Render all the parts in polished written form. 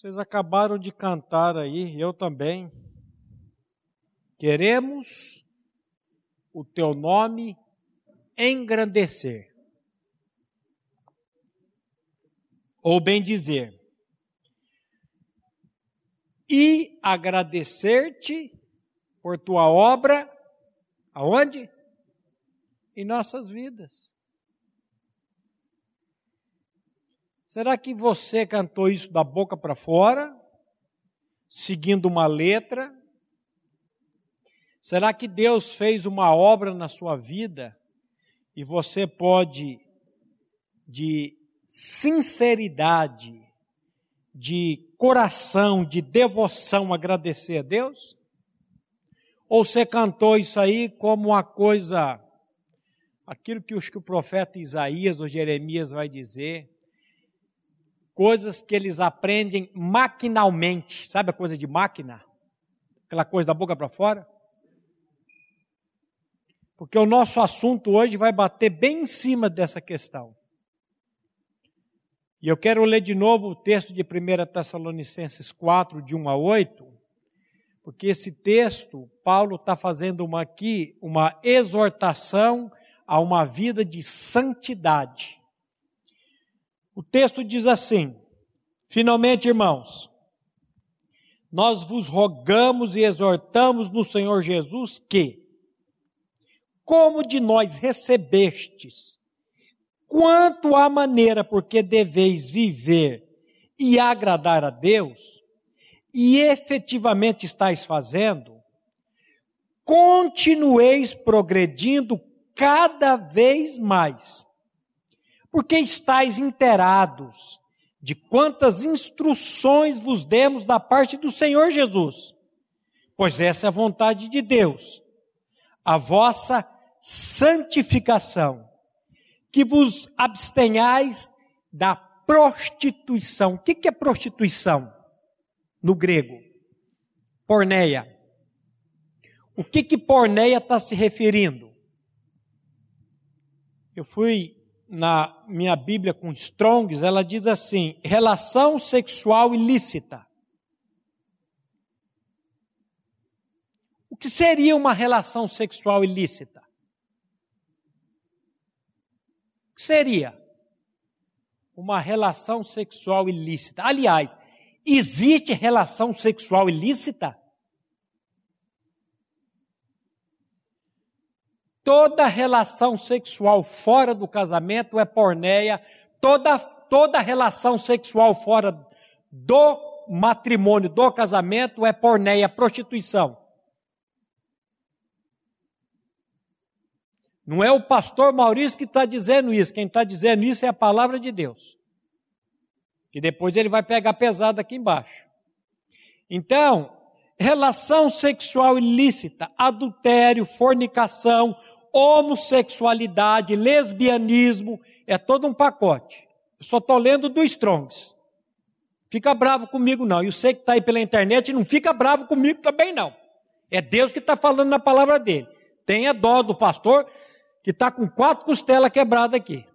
Vocês acabaram de cantar aí, eu também. Queremos o teu nome engrandecer. Ou bem dizer, e agradecer-te por tua obra, aonde? Em nossas vidas. Será que você cantou isso da boca para fora, seguindo uma letra? Será que Deus fez uma obra na sua vida e você pode, de sinceridade, de coração, de devoção, agradecer a Deus? Ou você cantou isso aí como uma coisa, aquilo que o profeta Isaías ou Jeremias vai dizer, coisas que eles aprendem maquinalmente, sabe a coisa de máquina? Aquela coisa da boca para fora? Porque o nosso assunto hoje vai bater bem em cima dessa questão. E eu quero ler de novo o texto de 1 Tessalonicenses 4, de 1 a 8, porque esse texto, Paulo está fazendo aqui uma exortação a uma vida de santidade. O texto diz assim: finalmente, irmãos, nós vos rogamos e exortamos no Senhor Jesus que, como de nós recebestes, quanto à maneira porque deveis viver e agradar a Deus, e efetivamente estáis fazendo, continueis progredindo cada vez mais, porque estáis inteirados de quantas instruções vos demos da parte do Senhor Jesus, pois essa é a vontade de Deus, a vossa santificação, que vos abstenhais da prostituição. O que é prostituição no grego? Porneia. O que porneia está se referindo? Eu fui na minha Bíblia com Strongs, ela diz assim: relação sexual ilícita. O que seria uma relação sexual ilícita? O que seria uma relação sexual ilícita? Aliás, existe relação sexual ilícita? Toda relação sexual fora do casamento é porneia, toda relação sexual fora do matrimônio, do casamento é porneia, prostituição. Não é o pastor Maurício que está dizendo isso, quem está dizendo isso é a palavra de Deus. Que depois ele vai pegar pesado aqui embaixo. Então, relação sexual ilícita, adultério, fornicação, homossexualidade, lesbianismo, é todo um pacote. Eu só estou lendo do Strongs. Fica bravo comigo não. E você que está aí pela internet, não fica bravo comigo também não. É Deus que está falando na palavra dele. Tenha dó do pastor que está com 4 costelas quebradas aqui.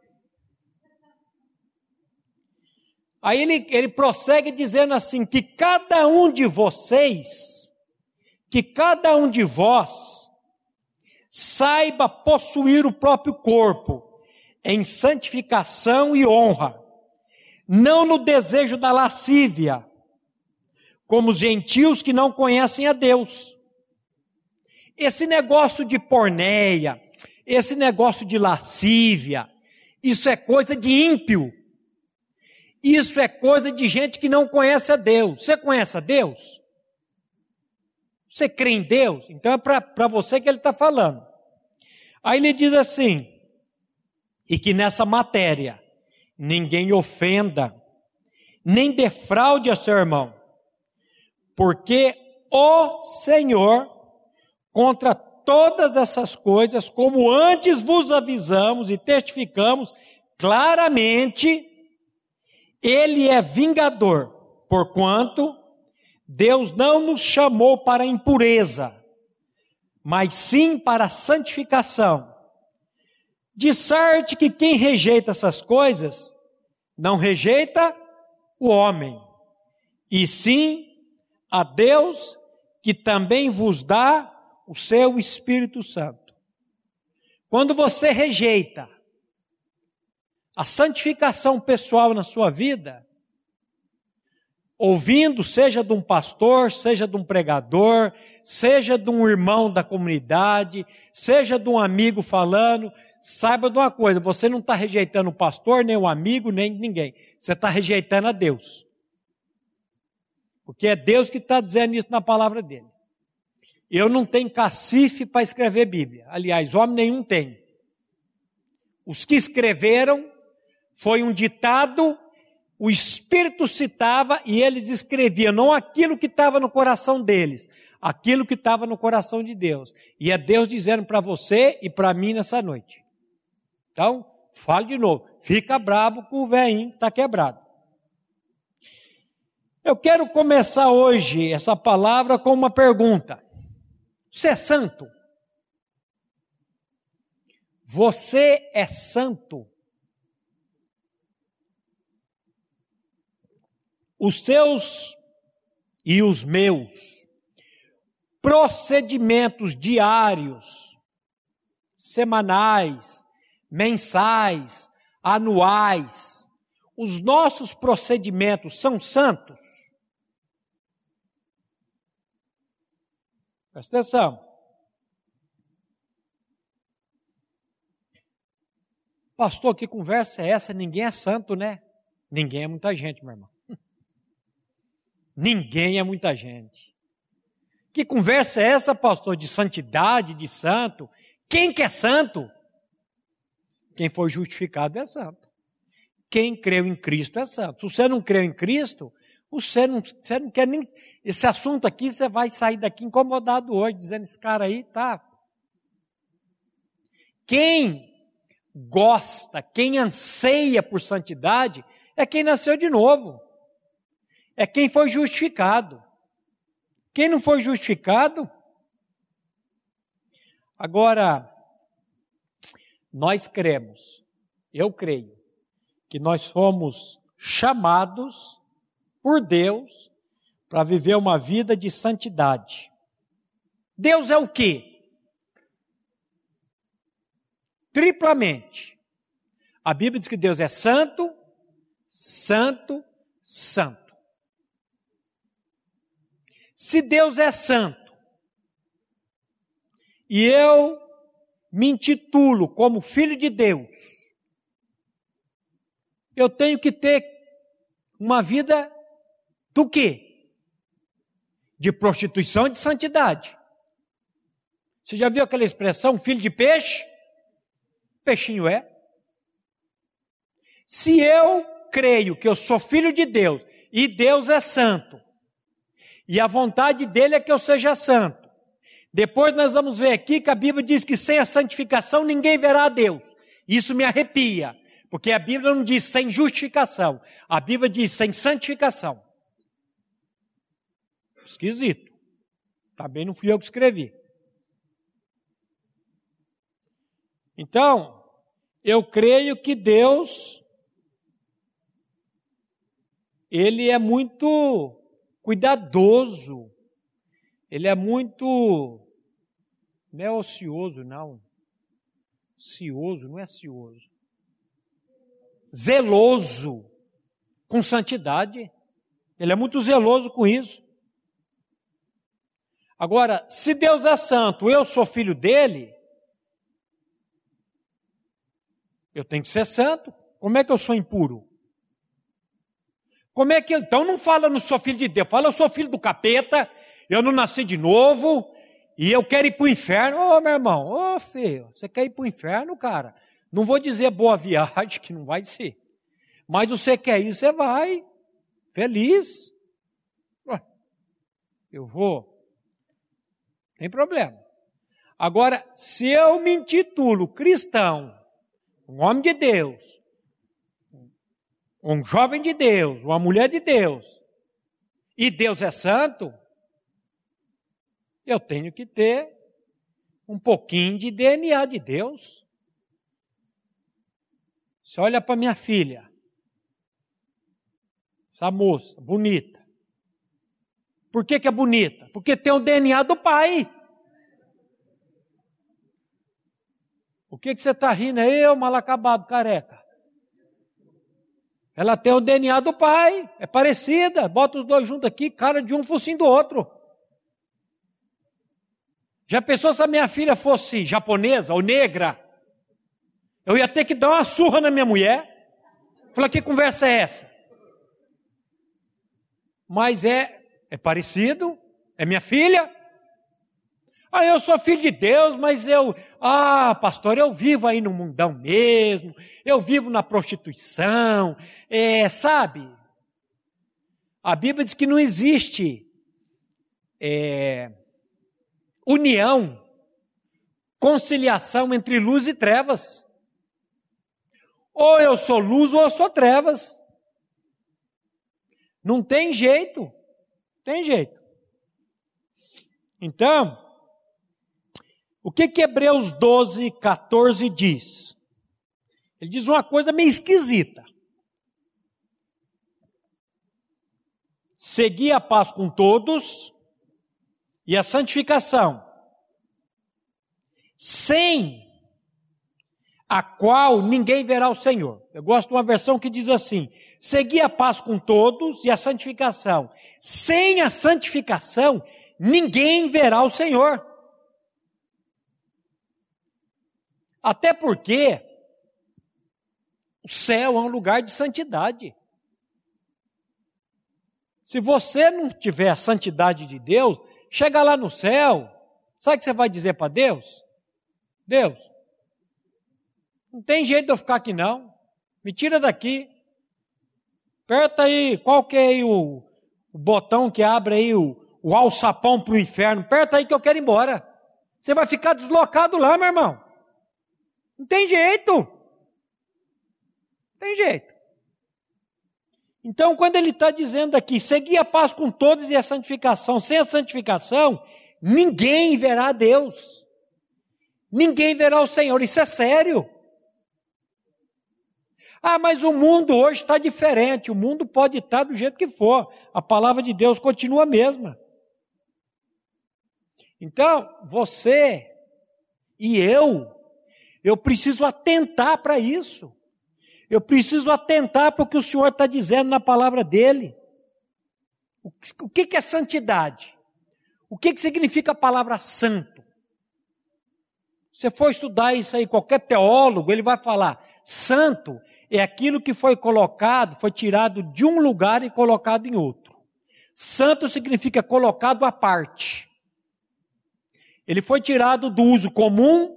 Aí ele prossegue dizendo assim, que cada um de vocês, que cada um de vós, saiba possuir o próprio corpo em santificação e honra, não no desejo da lascívia, como os gentios que não conhecem a Deus. Esse negócio de porneia, esse negócio de lascívia, isso é coisa de ímpio. Isso é coisa de gente que não conhece a Deus. Você conhece a Deus? Você crê em Deus? Então é para você que ele está falando. Aí ele diz assim, e que nessa matéria ninguém ofenda, nem defraude a seu irmão, porque o Senhor, contra todas essas coisas, como antes vos avisamos e testificamos claramente, Ele é vingador, porquanto Deus não nos chamou para a impureza, mas sim para a santificação. De sorte que quem rejeita essas coisas, não rejeita o homem, e sim a Deus que também vos dá o seu Espírito Santo. Quando você rejeita a santificação pessoal na sua vida, ouvindo, seja de um pastor, seja de um pregador, seja de um irmão da comunidade, seja de um amigo falando, saiba de uma coisa, você não está rejeitando o pastor, nem o amigo, nem ninguém. Você está rejeitando a Deus. Porque é Deus que está dizendo isso na palavra dele. Eu não tenho cacife para escrever Bíblia. Aliás, homem nenhum tem. Os que escreveram, foi um ditado, o Espírito citava e eles escreviam, não aquilo que estava no coração deles, aquilo que estava no coração de Deus. E é Deus dizendo para você e para mim nessa noite. Então, fale de novo. Fica bravo com o velhinho que está quebrado. Eu quero começar hoje essa palavra com uma pergunta. Você é santo? Você é santo? Os seus e os meus procedimentos diários, semanais, mensais, anuais, os nossos procedimentos são santos? Presta atenção. Pastor, que conversa é essa? Ninguém é santo, né? Ninguém é muita gente, meu irmão. Ninguém é muita gente. Que conversa é essa, pastor, de santidade, de santo? Quem que é santo? Quem foi justificado é santo. Quem creu em Cristo é santo. Se você não creu em Cristo, você não quer nem... Esse assunto aqui, você vai sair daqui incomodado hoje, dizendo, esse cara aí tá... Quem gosta, quem anseia por santidade, é quem nasceu de novo. É quem foi justificado. Quem não foi justificado? Agora, nós cremos, eu creio, que nós fomos chamados por Deus para viver uma vida de santidade. Deus é o quê? Triplamente. A Bíblia diz que Deus é santo, santo, santo. Se Deus é santo, e eu me intitulo como filho de Deus, eu tenho que ter uma vida do quê? De prostituição e de santidade. Você já viu aquela expressão, filho de peixe? Peixinho é. Se eu creio que eu sou filho de Deus, e Deus é santo, e a vontade dele é que eu seja santo, depois nós vamos ver aqui que a Bíblia diz que sem a santificação ninguém verá a Deus. Isso me arrepia, porque a Bíblia não diz sem justificação, a Bíblia diz sem santificação. Esquisito. Também não fui eu que escrevi. Então, eu creio que Deus, Ele é muito cuidadoso, Ele é muito, não é ocioso, não. Cioso, não é cioso. Zeloso com santidade. Ele é muito zeloso com isso. Agora, se Deus é santo, eu sou filho dele, eu tenho que ser santo. Como é que eu sou impuro? Como é que... Então não fala não sou filho de Deus, fala eu sou filho do capeta, eu não nasci de novo, e eu quero ir para o inferno. Ô, meu irmão, ô, filho, você quer ir para o inferno, cara? Não vou dizer boa viagem, que não vai ser. Mas você quer ir, você vai. Feliz. Ué, eu vou. Tem problema. Agora, se eu me intitulo cristão, um homem de Deus, um jovem de Deus, uma mulher de Deus, e Deus é santo, eu tenho que ter um pouquinho de DNA de Deus. Você olha para minha filha, essa moça bonita, Por que é bonita? Porque tem o DNA do pai. O que você está rindo aí, ô mal acabado, careca? Ela tem o DNA do pai, é parecida. Bota os dois juntos aqui, cara de um, focinho do outro. Já pensou se a minha filha fosse japonesa ou negra? Eu ia ter que dar uma surra na minha mulher. Falei, que conversa é essa? Mas é parecido, é minha filha. Ah, eu sou filho de Deus, mas pastor, eu vivo aí no mundão mesmo, eu vivo na prostituição, sabe? A Bíblia diz que não existe união, conciliação entre luz e trevas. Ou eu sou luz ou eu sou trevas. Não tem jeito, tem jeito. Então, o que Hebreus 12, 14 diz? Ele diz uma coisa meio esquisita. Segui a paz com todos e a santificação, sem a qual ninguém verá o Senhor. Eu gosto de uma versão que diz assim: segui a paz com todos e a santificação. Sem a santificação, ninguém verá o Senhor. Até porque o céu é um lugar de santidade. Se você não tiver a santidade de Deus, chega lá no céu, sabe o que você vai dizer para Deus? Deus, não tem jeito de eu ficar aqui não, me tira daqui. Aperta aí, qual que é aí o botão que abre aí o alçapão para o inferno, aperta aí que eu quero ir embora. Você vai ficar deslocado lá, meu irmão. Não tem jeito. Não tem jeito. Então, quando ele está dizendo aqui, segui a paz com todos e a santificação, sem a santificação, ninguém verá Deus. Ninguém verá o Senhor, isso é sério. Ah, mas o mundo hoje está diferente, o mundo pode estar do jeito que for, a palavra de Deus continua a mesma. Então, você e eu preciso atentar para isso. Eu preciso atentar para o que o Senhor está dizendo na palavra dele. O que é santidade? O que significa a palavra santo? Se for estudar isso aí, qualquer teólogo, ele vai falar, santo é aquilo que foi colocado, foi tirado de um lugar e colocado em outro. Santo significa colocado à parte. Ele foi tirado do uso comum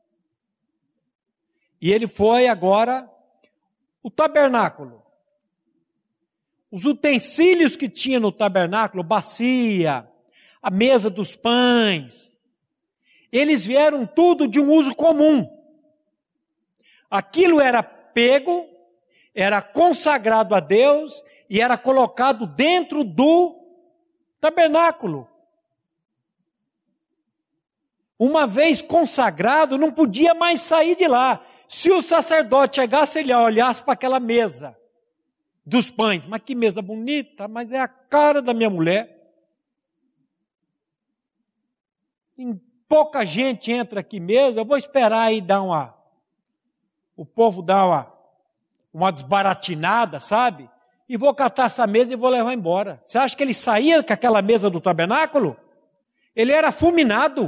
e ele foi agora o tabernáculo. Os utensílios que tinha no tabernáculo, bacia, a mesa dos pães, eles vieram tudo de um uso comum. Aquilo era pego, era consagrado a Deus e era colocado dentro do tabernáculo. Uma vez consagrado, não podia mais sair de lá. Se o sacerdote chegasse e olhasse para aquela mesa dos pães, mas que mesa bonita, mas é a cara da minha mulher. Pouca gente entra aqui mesmo, eu vou esperar aí o povo dar uma desbaratinada, sabe? E vou catar essa mesa e vou levar embora. Você acha que ele saía com aquela mesa do tabernáculo? Ele era fulminado.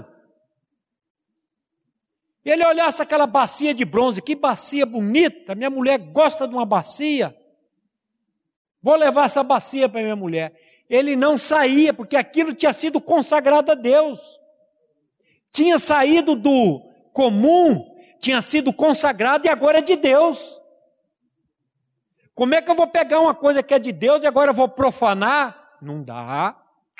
Ele olhasse aquela bacia de bronze, que bacia bonita, minha mulher gosta de uma bacia. Vou levar essa bacia para minha mulher. Ele não saía, porque aquilo tinha sido consagrado a Deus. Tinha saído do comum, tinha sido consagrado e agora é de Deus. Como é que eu vou pegar uma coisa que é de Deus e agora eu vou profanar? Não dá.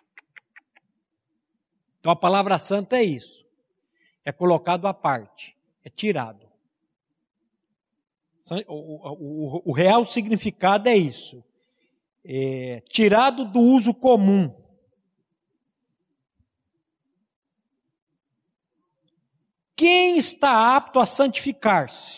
Então a palavra santa é isso. É colocado à parte, é tirado. O real significado é isso. É tirado do uso comum. Quem está apto a santificar-se?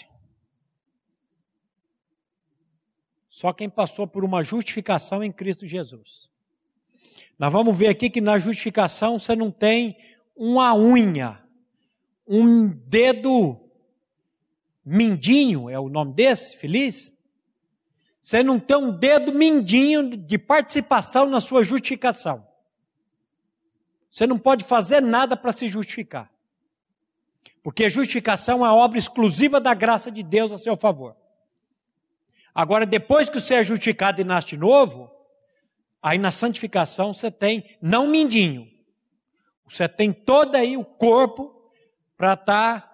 Só quem passou por uma justificação em Cristo Jesus. Nós vamos ver aqui que na justificação você não tem uma unha, um dedo mindinho, é o nome desse, feliz? Você não tem um dedo mindinho de participação na sua justificação. Você não pode fazer nada para se justificar. Porque justificação é obra exclusiva da graça de Deus a seu favor. Agora, depois que você é justificado e nasce de novo, aí na santificação você tem, não mindinho, você tem todo aí o corpo para estar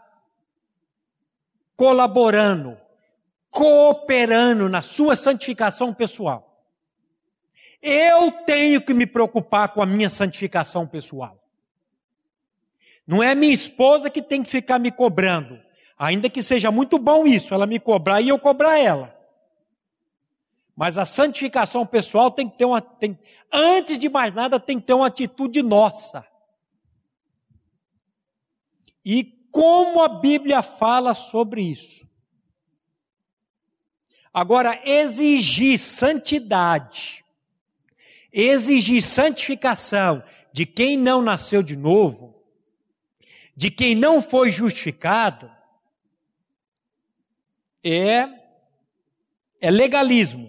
colaborando, cooperando na sua santificação pessoal. Eu tenho que me preocupar com a minha santificação pessoal. Não é minha esposa que tem que ficar me cobrando, ainda que seja muito bom isso, ela me cobrar e eu cobrar ela. Mas a santificação pessoal tem que ter antes de mais nada, tem que ter uma atitude nossa. E como a Bíblia fala sobre isso? Agora, exigir santidade, exigir santificação de quem não nasceu de novo, de quem não foi justificado, é legalismo.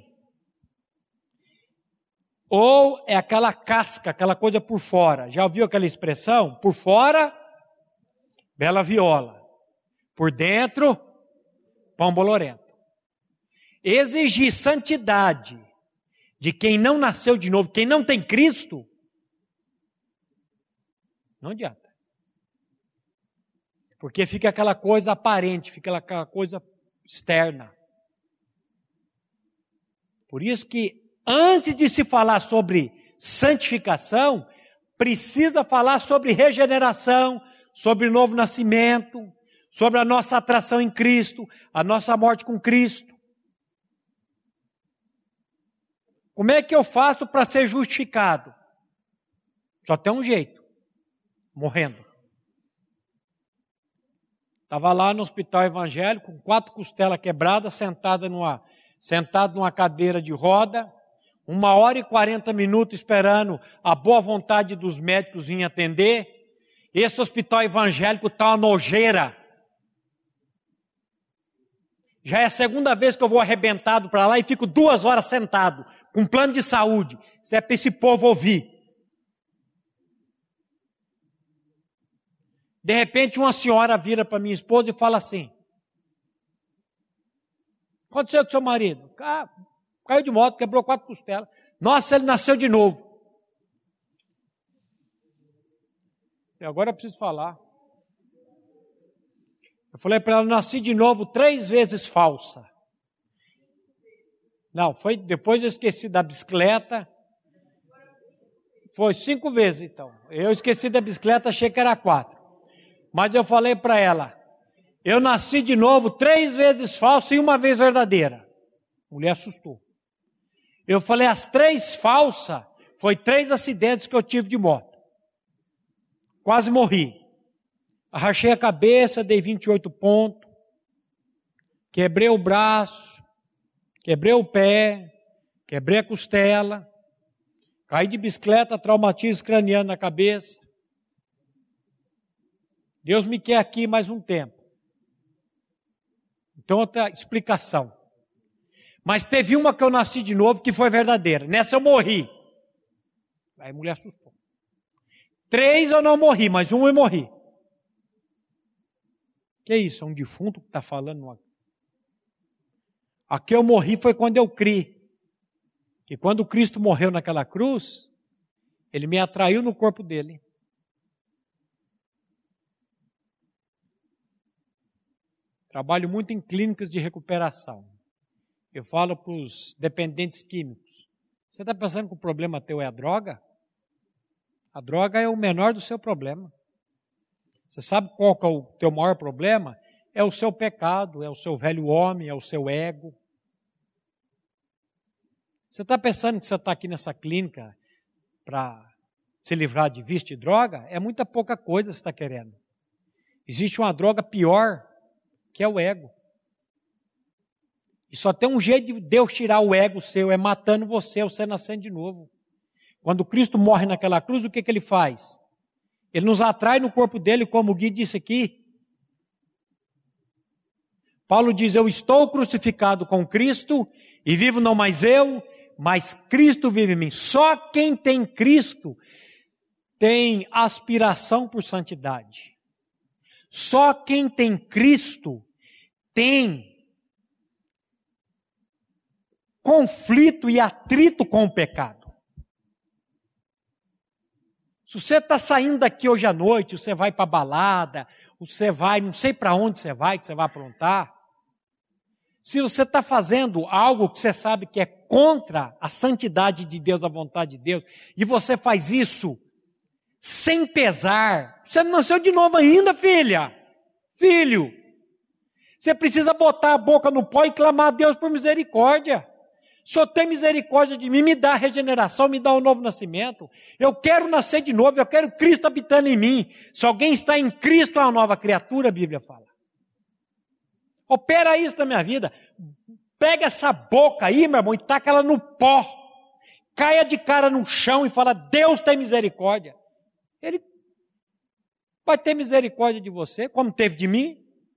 Ou é aquela casca, aquela coisa por fora. Já ouviu aquela expressão? Por fora, bela viola. Por dentro, pão bolorento. Exigir santidade de quem não nasceu de novo, quem não tem Cristo, não adianta. Porque fica aquela coisa aparente, fica aquela coisa externa. Por isso que antes de se falar sobre santificação, precisa falar sobre regeneração, sobre novo nascimento, sobre a nossa atração em Cristo, a nossa morte com Cristo. Como é que eu faço para ser justificado? Só tem um jeito, morrendo. Estava lá no hospital evangélico, com 4 costelas quebradas, sentado numa cadeira de roda, 1h40 esperando a boa vontade dos médicos vir atender. Esse hospital evangélico está uma nojeira. Já é a segunda vez que eu vou arrebentado para lá e fico 2 horas sentado, com plano de saúde. Isso é para esse povo ouvir. De repente uma senhora vira para minha esposa e fala assim: o que aconteceu com seu marido? Caiu de moto, quebrou 4 costelas. Nossa, ele nasceu de novo. E agora eu preciso falar. Eu falei para ela, nasci de novo 3 vezes falsa. Não, foi depois eu esqueci da bicicleta. Foi 5 vezes então. Eu esqueci da bicicleta, achei que era 4. Mas eu falei para ela, eu nasci de novo 3 vezes falsa e 1 vez verdadeira. A mulher assustou. Eu falei, as 3 falsas, foi 3 acidentes que eu tive de moto. Quase morri. Arrachei a cabeça, dei 28 pontos, quebrei o braço, quebrei o pé, quebrei a costela, caí de bicicleta, traumatismo craniano na cabeça. Deus me quer aqui mais um tempo. Então, outra explicação. Mas teve uma que eu nasci de novo que foi verdadeira. Nessa eu morri. Aí a mulher assustou. 3 eu não morri, mas 1 eu morri. Que isso? É um defunto que está falando? A que eu morri foi quando eu criei. Que quando Cristo morreu naquela cruz, Ele me atraiu no corpo dele. Trabalho muito em clínicas de recuperação. Eu falo para os dependentes químicos. Você está pensando que o problema teu é a droga? A droga é o menor do seu problema. Você sabe qual que é o teu maior problema? É o seu pecado, é o seu velho homem, é o seu ego. Você está pensando que você está aqui nessa clínica para se livrar de vício de droga? É muita pouca coisa que você está querendo. Existe uma droga pior, que é o ego. E só tem um jeito de Deus tirar o ego seu, é matando você nascendo de novo. Quando Cristo morre naquela cruz, o que ele faz? Ele nos atrai no corpo dele, como o Gui disse aqui. Paulo diz, eu estou crucificado com Cristo, e vivo não mais eu, mas Cristo vive em mim. Só quem tem Cristo tem aspiração por santidade. Só quem tem Cristo tem conflito e atrito com o pecado. Se você está saindo daqui hoje à noite, você vai para a balada, você vai, não sei para onde você vai, que você vai aprontar. Se você está fazendo algo que você sabe que é contra a santidade de Deus, a vontade de Deus, e você faz isso sem pesar, você não nasceu de novo ainda, filha, filho. Você precisa botar a boca no pó e clamar a Deus por misericórdia. O Senhor tem misericórdia de mim, me dá regeneração, me dá um novo nascimento. Eu quero nascer de novo, eu quero Cristo habitando em mim. Se alguém está em Cristo, é uma nova criatura, a Bíblia fala. Opera isso na minha vida. Pega essa boca aí, meu irmão, e taca ela no pó. Caia de cara no chão e fala, Deus tem misericórdia. Ele vai ter misericórdia de você, como teve de mim.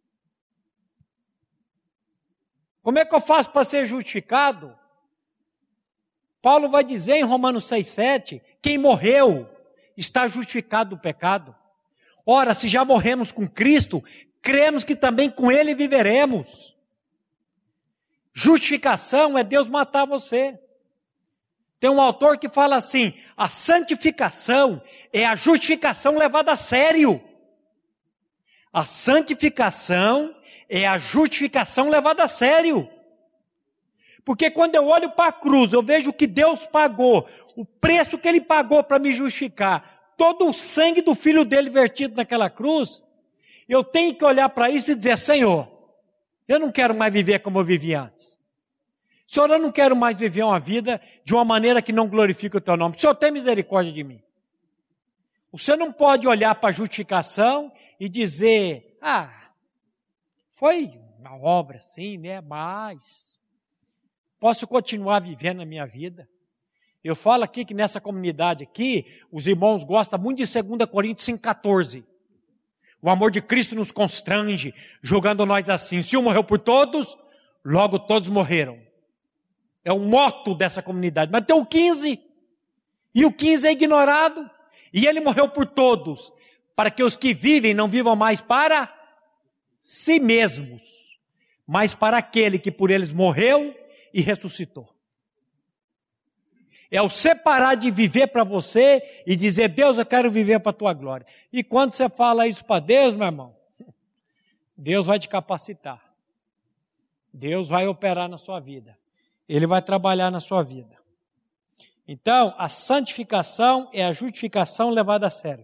Como é que eu faço para ser justificado? Paulo vai dizer em Romanos 6,7, quem morreu está justificado do pecado. Ora, se já morremos com Cristo, cremos que também com Ele viveremos. Justificação é Deus matar você. Tem um autor que fala assim, a santificação é a justificação levada a sério. A santificação é a justificação levada a sério. Porque quando eu olho para a cruz, eu vejo que Deus pagou, o preço que Ele pagou para me justificar, todo o sangue do Filho dele vertido naquela cruz, eu tenho que olhar para isso e dizer, Senhor, eu não quero mais viver como eu vivia antes. Senhor, eu não quero mais viver uma vida de uma maneira que não glorifique o Teu nome. O Senhor tem misericórdia de mim. Você não pode olhar para a justificação e dizer, foi uma obra assim, né, mas posso continuar vivendo a minha vida. Eu falo aqui que nessa comunidade aqui, os irmãos gostam muito de 2 Coríntios 5,14. O amor de Cristo nos constrange, julgando nós assim, se um morreu por todos, logo todos morreram. É o moto dessa comunidade. Mas tem o 15, e o 15 é ignorado, e ele morreu por todos, para que os que vivem não vivam mais para si mesmos, mas para aquele que por eles morreu e ressuscitou. É o separar de viver para você e dizer, Deus, eu quero viver para a tua glória. E quando você fala isso para Deus, meu irmão, Deus vai te capacitar. Deus vai operar na sua vida. Ele vai trabalhar na sua vida. Então, a santificação é a justificação levada a sério.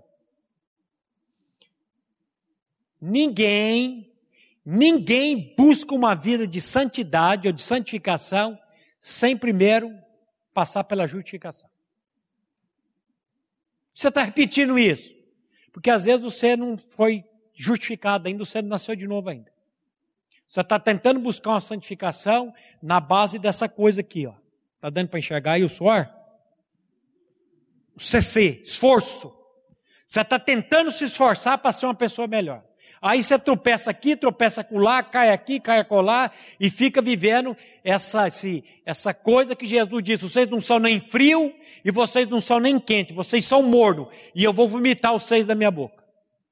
Ninguém busca uma vida de santidade ou de santificação sem primeiro passar pela justificação. Você está repetindo isso? Porque às vezes você não foi justificado ainda, você não nasceu de novo ainda. Você está tentando buscar uma santificação na base dessa coisa aqui, ó. Está dando para enxergar aí o suor? O CC, esforço. Você está tentando se esforçar para ser uma pessoa melhor. Aí você tropeça aqui, tropeça acolá, cai aqui, cai acolá, e fica vivendo essa coisa que Jesus disse, vocês não são nem frio, e vocês não são nem quente, vocês são morno, e eu vou vomitar vocês da minha boca.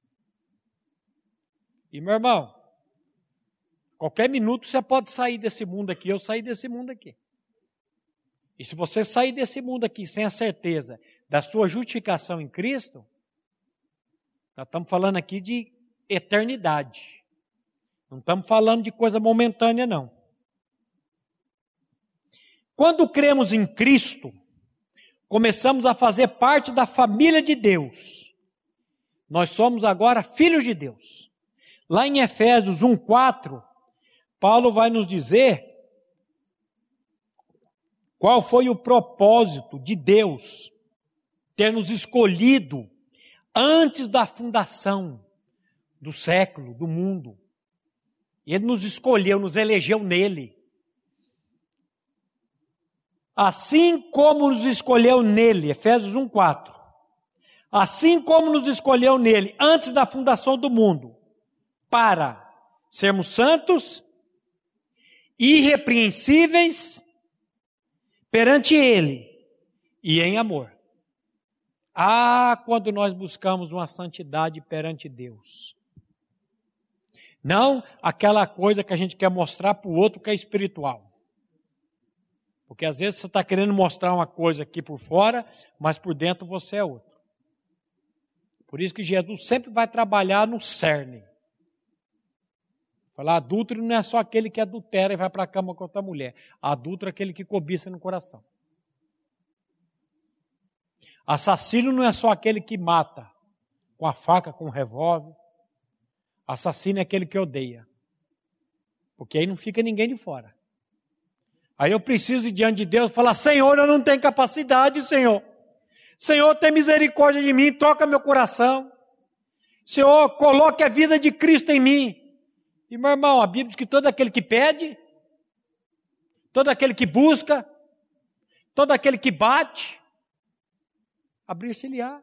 E meu irmão, qualquer minuto você pode sair desse mundo aqui, eu sair desse mundo aqui. E se você sair desse mundo aqui sem a certeza da sua justificação em Cristo, nós estamos falando aqui de eternidade. Não estamos falando de coisa momentânea, não. Quando cremos em Cristo, começamos a fazer parte da família de Deus. Nós somos agora filhos de Deus. Lá em Efésios 1,4, Paulo vai nos dizer qual foi o propósito de Deus ter nos escolhido antes da fundação do século, do mundo. Ele nos escolheu, nos elegeu nele. Assim como nos escolheu nele, Efésios 1:4. Assim como nos escolheu nele antes da fundação do mundo, para sermos santos, irrepreensíveis perante ele e em amor. Quando nós buscamos uma santidade perante Deus. Não aquela coisa que a gente quer mostrar para o outro que é espiritual. Porque às vezes você está querendo mostrar uma coisa aqui por fora, mas por dentro você é outro. Por isso que Jesus sempre vai trabalhar no cerne. Falar adúltero não é só aquele que adultera e vai para a cama com outra mulher. Adúltero é aquele que cobiça no coração. Assassino não é só aquele que mata com a faca, com o revólver. Assassino é aquele que odeia. Porque aí não fica ninguém de fora. Aí eu preciso ir diante de Deus e falar: Senhor, eu não tenho capacidade, Senhor. Senhor, tem misericórdia de mim, toca meu coração. Senhor, coloque a vida de Cristo em mim. E meu irmão, a Bíblia diz que todo aquele que pede, todo aquele que busca, todo aquele que bate, abrir-se-lhe-á.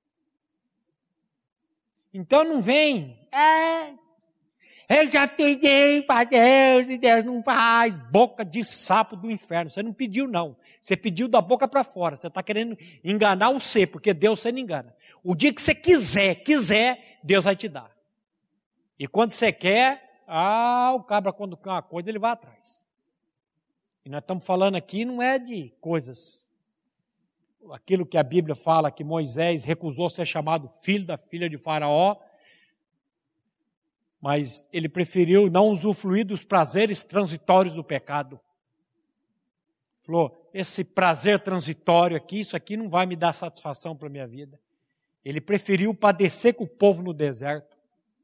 Então não vem, eu já pedi para Deus e Deus não faz. Boca de sapo do inferno. Você não pediu não. Você pediu da boca para fora. Você está querendo enganar o ser, porque Deus você não engana. O dia que você quiser, Deus vai te dar. E quando você quer, o cabra quando quer uma coisa, ele vai atrás. E nós estamos falando aqui não é de coisas. Aquilo que a Bíblia fala que Moisés recusou ser chamado filho da filha de Faraó, mas ele preferiu não usufruir dos prazeres transitórios do pecado. Falou, esse prazer transitório aqui, isso aqui não vai me dar satisfação para a minha vida. Ele preferiu padecer com o povo no deserto.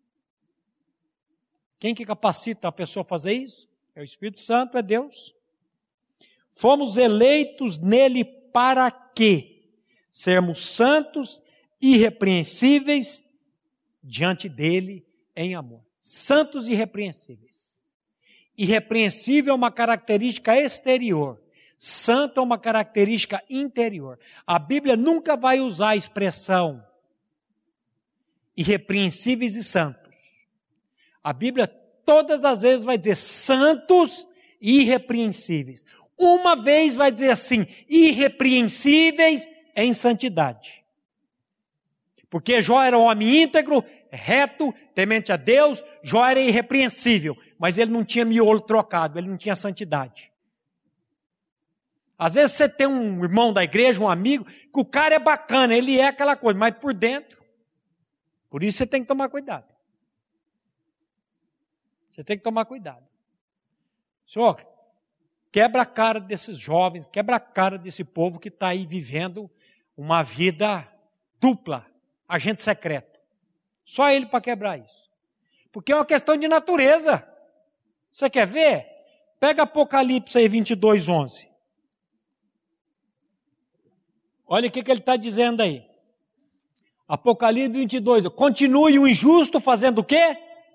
Quem que capacita a pessoa a fazer isso? É o Espírito Santo, é Deus. Fomos eleitos nele para quê? Sermos santos, irrepreensíveis diante dele em amor. Santos e irrepreensíveis. Irrepreensível é uma característica exterior. Santo é uma característica interior. A Bíblia nunca vai usar a expressão irrepreensíveis e santos. A Bíblia todas as vezes vai dizer santos e irrepreensíveis. Uma vez vai dizer assim, irrepreensíveis em santidade. Porque Jó era um homem íntegro, reto, temente a Deus. Jó era irrepreensível, mas ele não tinha miolo trocado, ele não tinha santidade. Às vezes você tem um irmão da igreja, um amigo, que o cara é bacana, ele é aquela coisa, mas por dentro. Por isso você tem que tomar cuidado. Você tem que tomar cuidado. Senhor, quebra a cara desses jovens, quebra a cara desse povo que está aí vivendo uma vida dupla, agente secreto. Só ele para quebrar isso. Porque é uma questão de natureza. Você quer ver? Pega Apocalipse aí 22:11. Olha o que ele está dizendo aí. Apocalipse 22. Continue o injusto fazendo o quê?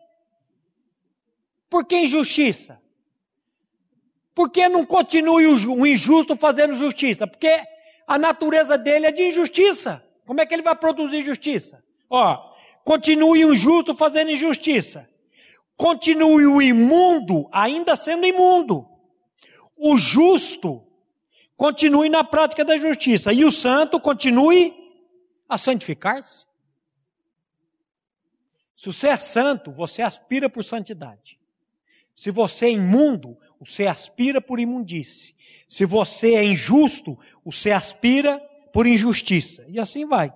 Por que injustiça? Por que não continue o injusto fazendo justiça? Porque a natureza dele é de injustiça. Como é que ele vai produzir justiça? Continue o injusto fazendo injustiça. Continue o imundo ainda sendo imundo. O justo continue na prática da justiça. E o santo continue a santificar-se. Se você é santo, você aspira por santidade. Se você é imundo, você aspira por imundície. Se você é injusto, você aspira por injustiça. E assim vai.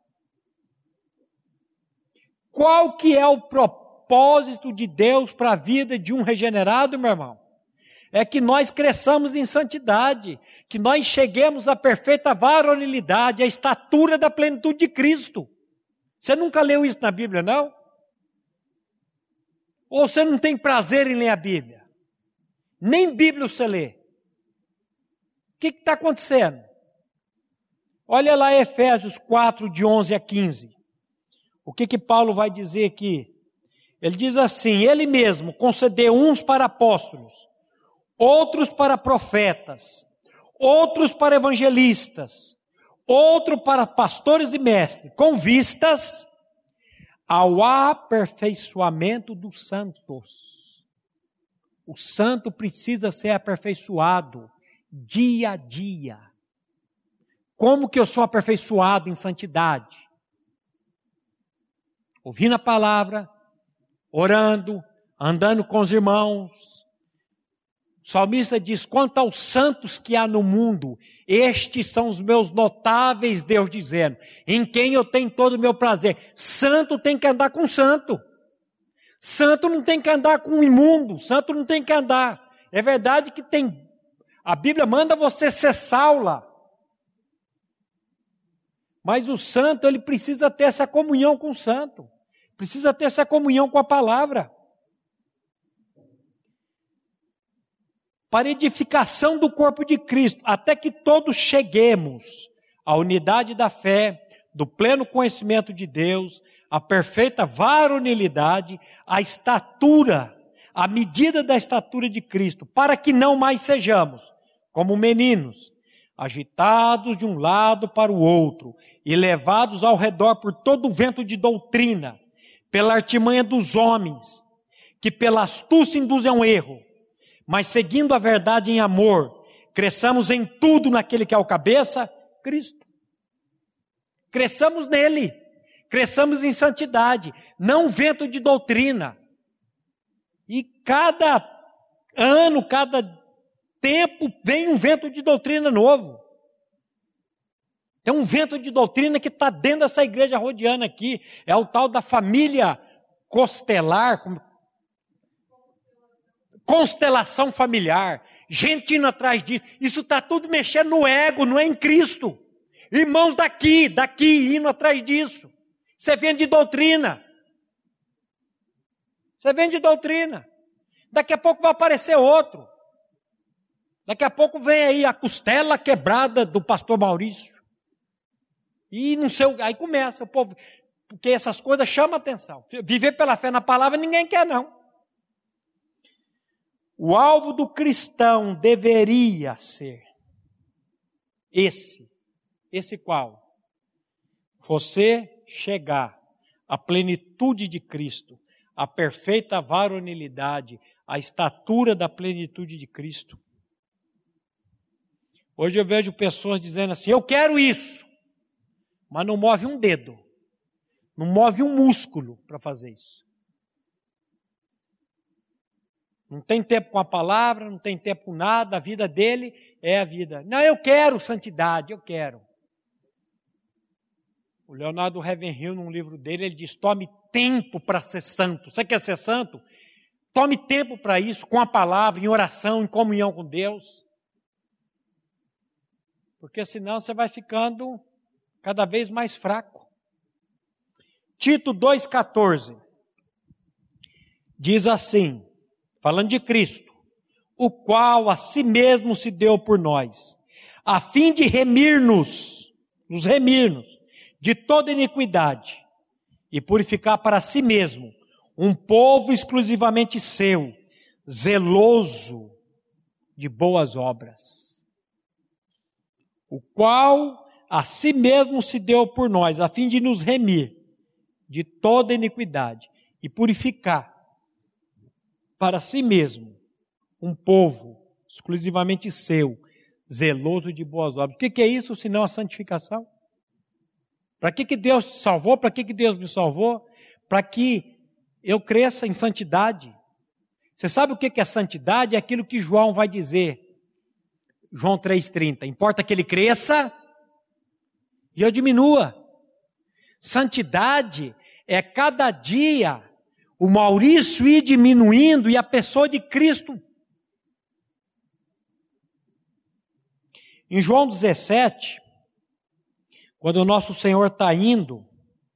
Qual que é o propósito de Deus para a vida de um regenerado, meu irmão? É que nós cresçamos em santidade, que nós cheguemos à perfeita varonilidade, à estatura da plenitude de Cristo. Você nunca leu isso na Bíblia, não? Ou você não tem prazer em ler a Bíblia? Nem Bíblia você lê. O que está acontecendo? Olha lá Efésios 4, de 11 a 15. O que Paulo vai dizer aqui? Ele diz assim, ele mesmo concedeu uns para apóstolos, outros para profetas, outros para evangelistas, outro para pastores e mestres, com vistas ao aperfeiçoamento dos santos. O santo precisa ser aperfeiçoado dia a dia. Como que eu sou aperfeiçoado em santidade? Ouvindo a palavra, orando, andando com os irmãos. O salmista diz, quanto aos santos que há no mundo, estes são os meus notáveis, Deus dizendo, em quem eu tenho todo o meu prazer. Santo tem que andar com santo. Santo não tem que andar com imundo, santo não tem que andar. É verdade que a Bíblia manda você ser Saula. Mas o santo, ele precisa ter essa comunhão com o santo. Precisa ter essa comunhão com a palavra. Para edificação do corpo de Cristo, até que todos cheguemos à unidade da fé, do pleno conhecimento de Deus, à perfeita varonilidade, à estatura, à medida da estatura de Cristo, para que não mais sejamos como meninos, agitados de um lado para o outro, e levados ao redor por todo o vento de doutrina, pela artimanha dos homens, que pela astúcia induzem ao erro, mas seguindo a verdade em amor, cresçamos em tudo naquele que é o cabeça, Cristo. Cresçamos nele, cresçamos em santidade, não vento de doutrina. E cada ano, cada tempo, vem um vento de doutrina novo. Tem um vento de doutrina que está dentro dessa igreja rodiana aqui. É o tal da família costelar, constelação familiar. Gente indo atrás disso. Isso está tudo mexendo no ego, não é em Cristo. Irmãos daqui, indo atrás disso. Você vende doutrina. Você vende doutrina. Daqui a pouco vai aparecer outro. Daqui a pouco vem aí a costela quebrada do pastor Maurício. E não sei, aí começa o povo, porque essas coisas chamam a atenção. Viver pela fé na palavra ninguém quer não. O alvo do cristão deveria ser esse qual? Você chegar à plenitude de Cristo, à perfeita varonilidade, à estatura da plenitude de Cristo. Hoje eu vejo pessoas dizendo assim, eu quero isso, mas não move um dedo, não move um músculo para fazer isso. Não tem tempo com a palavra, não tem tempo com nada, a vida dele é a vida. Não, eu quero santidade, eu quero. O Leonardo Ravenhill, num livro dele, ele diz, tome tempo para ser santo. Você quer ser santo? Tome tempo para isso, com a palavra, em oração, em comunhão com Deus. Porque senão você vai ficando cada vez mais fraco. Tito 2,14 diz assim, falando de Cristo, o qual a si mesmo se deu por nós, a fim de remir-nos de toda iniquidade e purificar para si mesmo um povo exclusivamente seu, zeloso de boas obras. O qual a si mesmo se deu por nós, a fim de nos remir de toda iniquidade e purificar para si mesmo um povo exclusivamente seu, zeloso de boas obras. O que é isso, senão a santificação? Para que Deus te salvou? Para que Deus me salvou? Para que eu cresça em santidade. Você sabe o que é santidade? É aquilo que João vai dizer. João 3,30. Importa que ele cresça e eu diminua. Santidade é cada dia o Maurício ir diminuindo e a pessoa de Cristo. Em João 17, quando o nosso Senhor está indo,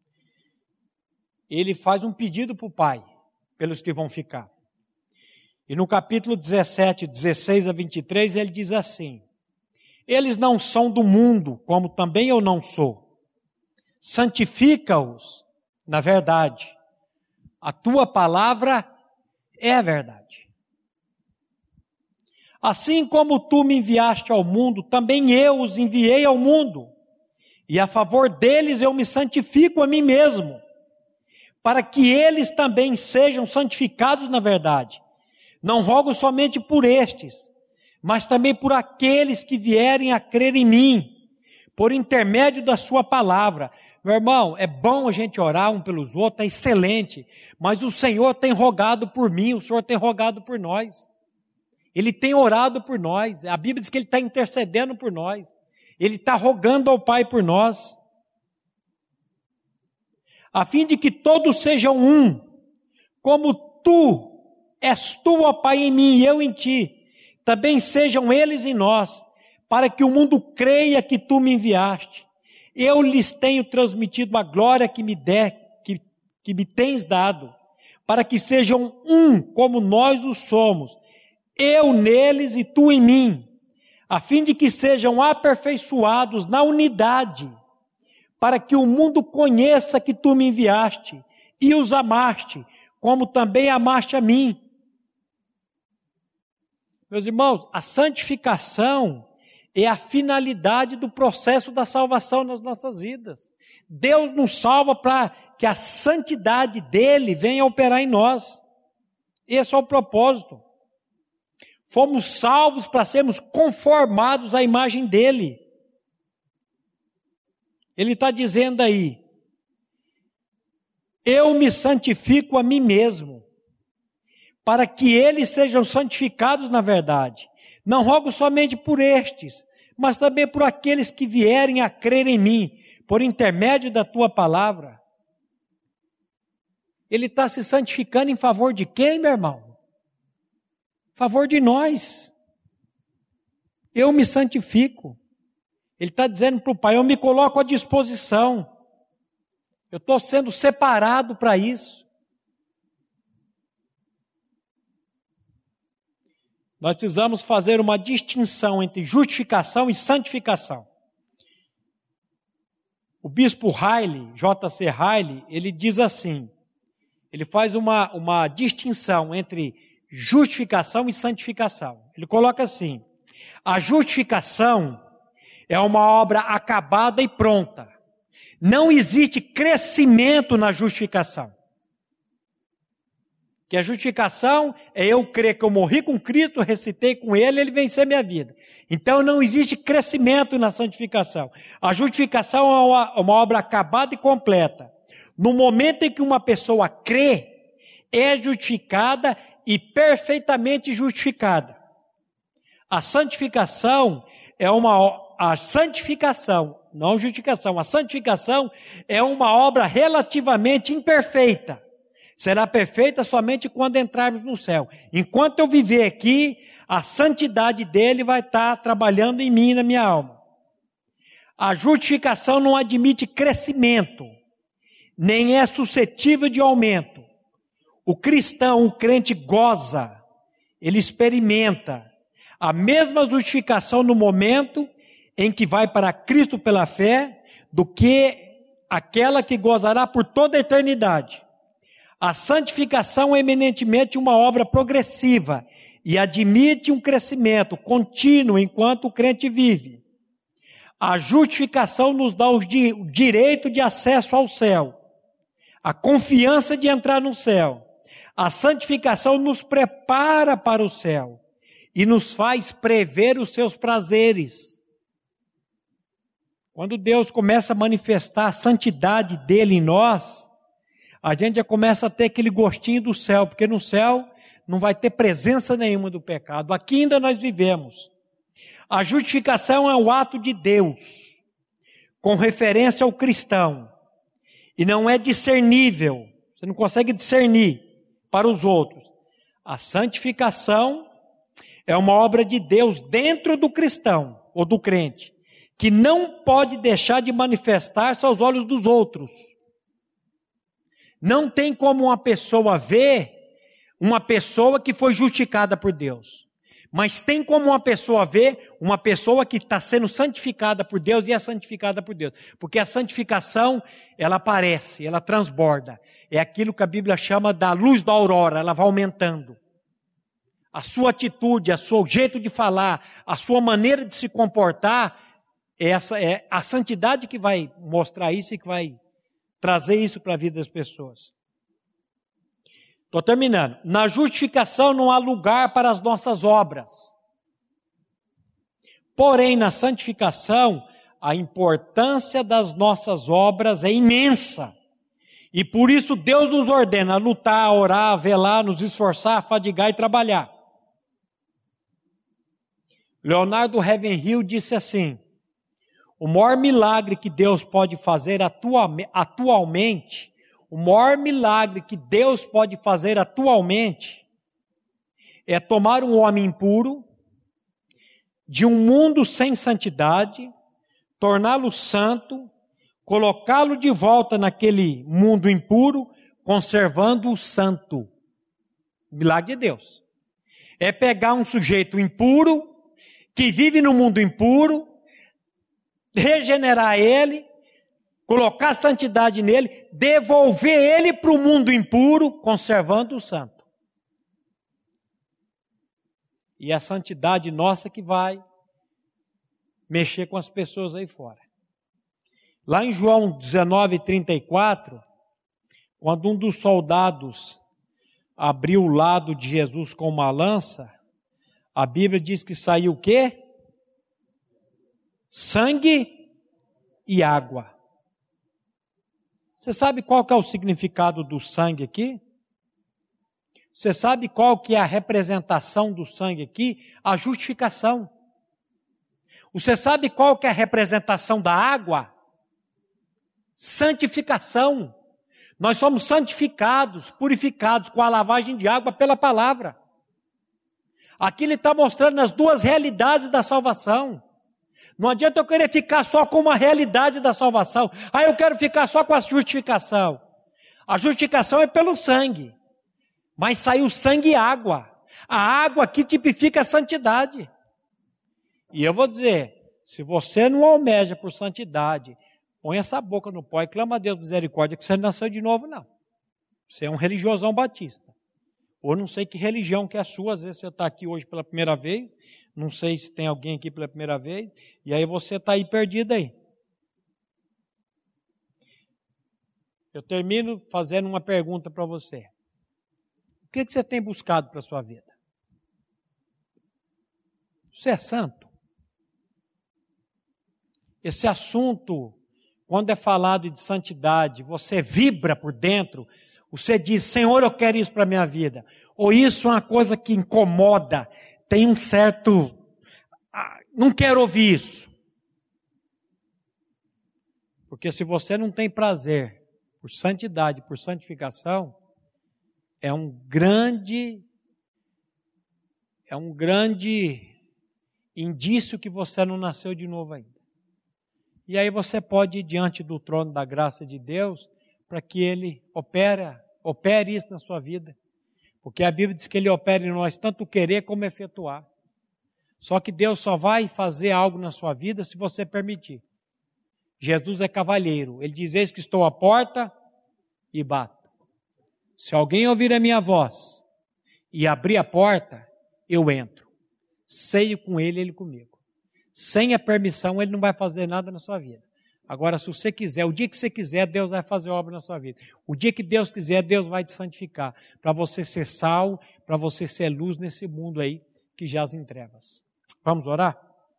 ele faz um pedido para o Pai, pelos que vão ficar. E no capítulo 17, 16 a 23, ele diz assim, eles não são do mundo, como também eu não sou. Santifica-os na verdade. A tua palavra é a verdade. Assim como tu me enviaste ao mundo, também eu os enviei ao mundo. E a favor deles eu me santifico a mim mesmo, para que eles também sejam santificados na verdade. Não rogo somente por estes, mas também por aqueles que vierem a crer em mim, por intermédio da sua palavra. Meu irmão, é bom a gente orar um pelos outros, é excelente, mas o Senhor tem rogado por mim, o Senhor tem rogado por nós. Ele tem orado por nós, a Bíblia diz que Ele está intercedendo por nós, Ele está rogando ao Pai por nós, a fim de que todos sejam um, como és tu, ó Pai, em mim e eu em ti, também sejam eles em nós, para que o mundo creia que tu me enviaste. Eu lhes tenho transmitido a glória que me tens dado, para que sejam um como nós o somos, eu neles e tu em mim, a fim de que sejam aperfeiçoados na unidade, para que o mundo conheça que tu me enviaste e os amaste, como também amaste a mim. Meus irmãos, a santificação é a finalidade do processo da salvação nas nossas vidas. Deus nos salva para que a santidade dele venha operar em nós. Esse é o propósito. Fomos salvos para sermos conformados à imagem dele. Ele está dizendo aí, eu me santifico a mim mesmo, para que eles sejam santificados na verdade. Não rogo somente por estes, mas também por aqueles que vierem a crer em mim, por intermédio da tua palavra. Ele está se santificando em favor de quem, meu irmão? Em favor de nós. Eu me santifico. Ele está dizendo para o Pai, eu me coloco à disposição. Eu estou sendo separado para isso. Nós precisamos fazer uma distinção entre justificação e santificação. O bispo Riley, J.C. Riley, ele diz assim, ele faz uma distinção entre justificação e santificação. Ele coloca assim, a justificação é uma obra acabada e pronta. Não existe crescimento na justificação. Que a justificação é eu crer que eu morri com Cristo, recitei com Ele, Ele venceu minha vida. Então não existe crescimento na santificação. A justificação é uma obra acabada e completa. No momento em que uma pessoa crê, é justificada e perfeitamente justificada. A santificação a santificação, não justificação, a santificação é uma obra relativamente imperfeita. Será perfeita somente quando entrarmos no céu. Enquanto eu viver aqui, a santidade dele vai estar trabalhando em mim e na minha alma. A justificação não admite crescimento, nem é suscetível de aumento. O cristão, o crente goza, ele experimenta a mesma justificação no momento em que vai para Cristo pela fé, do que aquela que gozará por toda a eternidade. A santificação é eminentemente uma obra progressiva e admite um crescimento contínuo enquanto o crente vive. A justificação nos dá o direito de acesso ao céu, a confiança de entrar no céu. A santificação nos prepara para o céu e nos faz prever os seus prazeres. Quando Deus começa a manifestar a santidade dele em nós, a gente já começa a ter aquele gostinho do céu, porque no céu não vai ter presença nenhuma do pecado. Aqui ainda nós vivemos. A justificação é o ato de Deus, com referência ao cristão, e não é discernível, você não consegue discernir para os outros. A santificação é uma obra de Deus dentro do cristão, ou do crente, que não pode deixar de manifestar-se aos olhos dos outros. Não tem como uma pessoa ver uma pessoa que foi justificada por Deus. Mas tem como uma pessoa ver uma pessoa que está sendo santificada por Deus e é santificada por Deus. Porque a santificação, ela aparece, ela transborda. É aquilo que a Bíblia chama da luz da aurora, ela vai aumentando. a sua atitude, o seu jeito de falar, a sua maneira de se comportar, essa é a santidade que vai mostrar isso e que vai trazer isso para a vida das pessoas. Estou terminando. Na justificação não há lugar para as nossas obras. Porém, na santificação, a importância das nossas obras é imensa. E por isso Deus nos ordena a lutar, a orar, a velar, nos esforçar, a fadigar e trabalhar. Leonardo Ravenhill disse assim: o maior milagre que Deus pode fazer atualmente, o maior milagre que Deus pode fazer atualmente é tomar um homem impuro, de um mundo sem santidade, torná-lo santo, colocá-lo de volta naquele mundo impuro, conservando-o santo. Milagre de Deus. É pegar um sujeito impuro, que vive no mundo impuro, regenerar ele, colocar santidade nele, devolver ele para o mundo impuro, conservando o santo. E é a santidade nossa que vai mexer com as pessoas aí fora. Lá em João 19:34, quando um dos soldados abriu o lado de Jesus com uma lança, a Bíblia diz que saiu o quê? Sangue e água. Você sabe qual que é o significado do sangue aqui? Você sabe qual que é a representação do sangue aqui? A justificação. Você sabe qual que é a representação da água? Santificação. Nós somos santificados, purificados com a lavagem de água pela palavra. Aqui ele está mostrando as duas realidades da salvação. Não adianta eu querer ficar só com uma realidade da salvação. Eu quero ficar só com a justificação. A justificação é pelo sangue. Mas saiu sangue e água. A água aqui tipifica a santidade. E eu vou dizer, se você não almeja por santidade, põe essa boca no pó e clama a Deus misericórdia que você não nasceu de novo, não. Você é um religiosão batista. Ou não sei que religião que é a sua, às vezes você está aqui hoje pela primeira vez, não sei se tem alguém aqui pela primeira vez, e aí você está aí perdido aí. Eu termino fazendo uma pergunta para você. O que você tem buscado para a sua vida? Você é santo? Esse assunto, quando é falado de santidade, você vibra por dentro, você diz, Senhor, eu quero isso para a minha vida. Ou isso é uma coisa que incomoda, tem um certo, não quero ouvir isso. Porque se você não tem prazer por santidade, por santificação, é um grande indício que você não nasceu de novo ainda. E aí você pode ir diante do trono da graça de Deus para que Ele opere isso na sua vida. Porque a Bíblia diz que Ele opera em nós tanto querer como efetuar. Só que Deus só vai fazer algo na sua vida se você permitir. Jesus é cavalheiro. Ele diz, eis que estou à porta e bato. Se alguém ouvir a minha voz e abrir a porta, eu entro. Ceio com ele, ele comigo. Sem a permissão, ele não vai fazer nada na sua vida. Agora, se você quiser, o dia que você quiser, Deus vai fazer obra na sua vida. O dia que Deus quiser, Deus vai te santificar. Para você ser sal, para você ser luz nesse mundo aí que jaz em trevas. Vamos orar?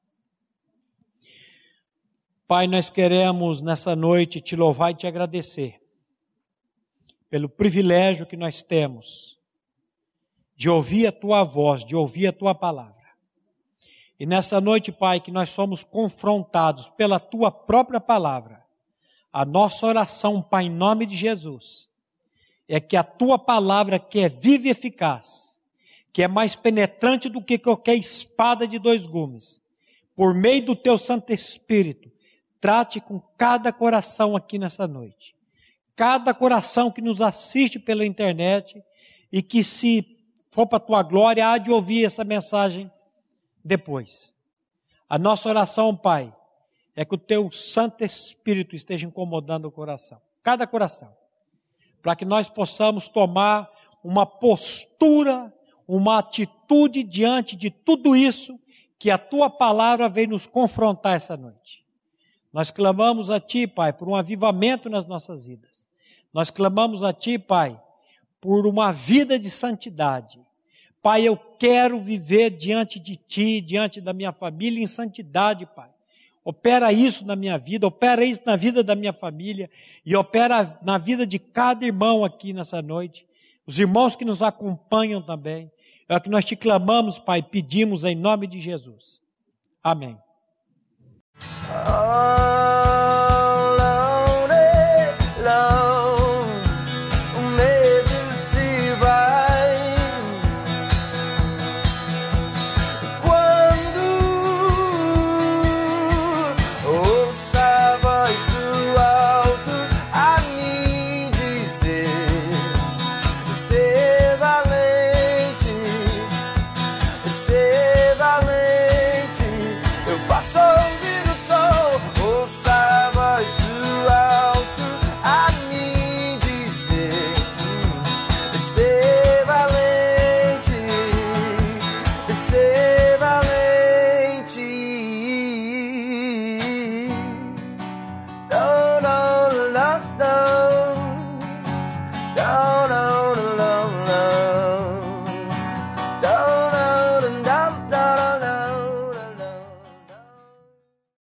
Pai, nós queremos nessa noite te louvar e te agradecer pelo privilégio que nós temos de ouvir a tua voz, de ouvir a tua palavra. E nessa noite, Pai, que nós somos confrontados pela tua própria palavra, a nossa oração, Pai, em nome de Jesus, é que a tua palavra, que é viva e eficaz, que é mais penetrante do que qualquer espada de dois gumes, por meio do teu Santo Espírito, trate com cada coração aqui nessa noite. Cada coração que nos assiste pela internet e que, se for para a tua glória, há de ouvir essa mensagem depois. A nossa oração, Pai, é que o teu Santo Espírito esteja incomodando o coração, cada coração, para que nós possamos tomar uma postura, uma atitude diante de tudo isso que a Tua palavra veio nos confrontar essa noite. Nós clamamos a Ti, Pai, por um avivamento nas nossas vidas. Nós clamamos a Ti, Pai, por uma vida de santidade. Pai, eu quero viver diante de Ti, diante da minha família em santidade, Pai. Opera isso na minha vida, opera isso na vida da minha família e opera na vida de cada irmão aqui nessa noite. Os irmãos que nos acompanham também. É o que nós te clamamos, Pai, pedimos em nome de Jesus. Amém.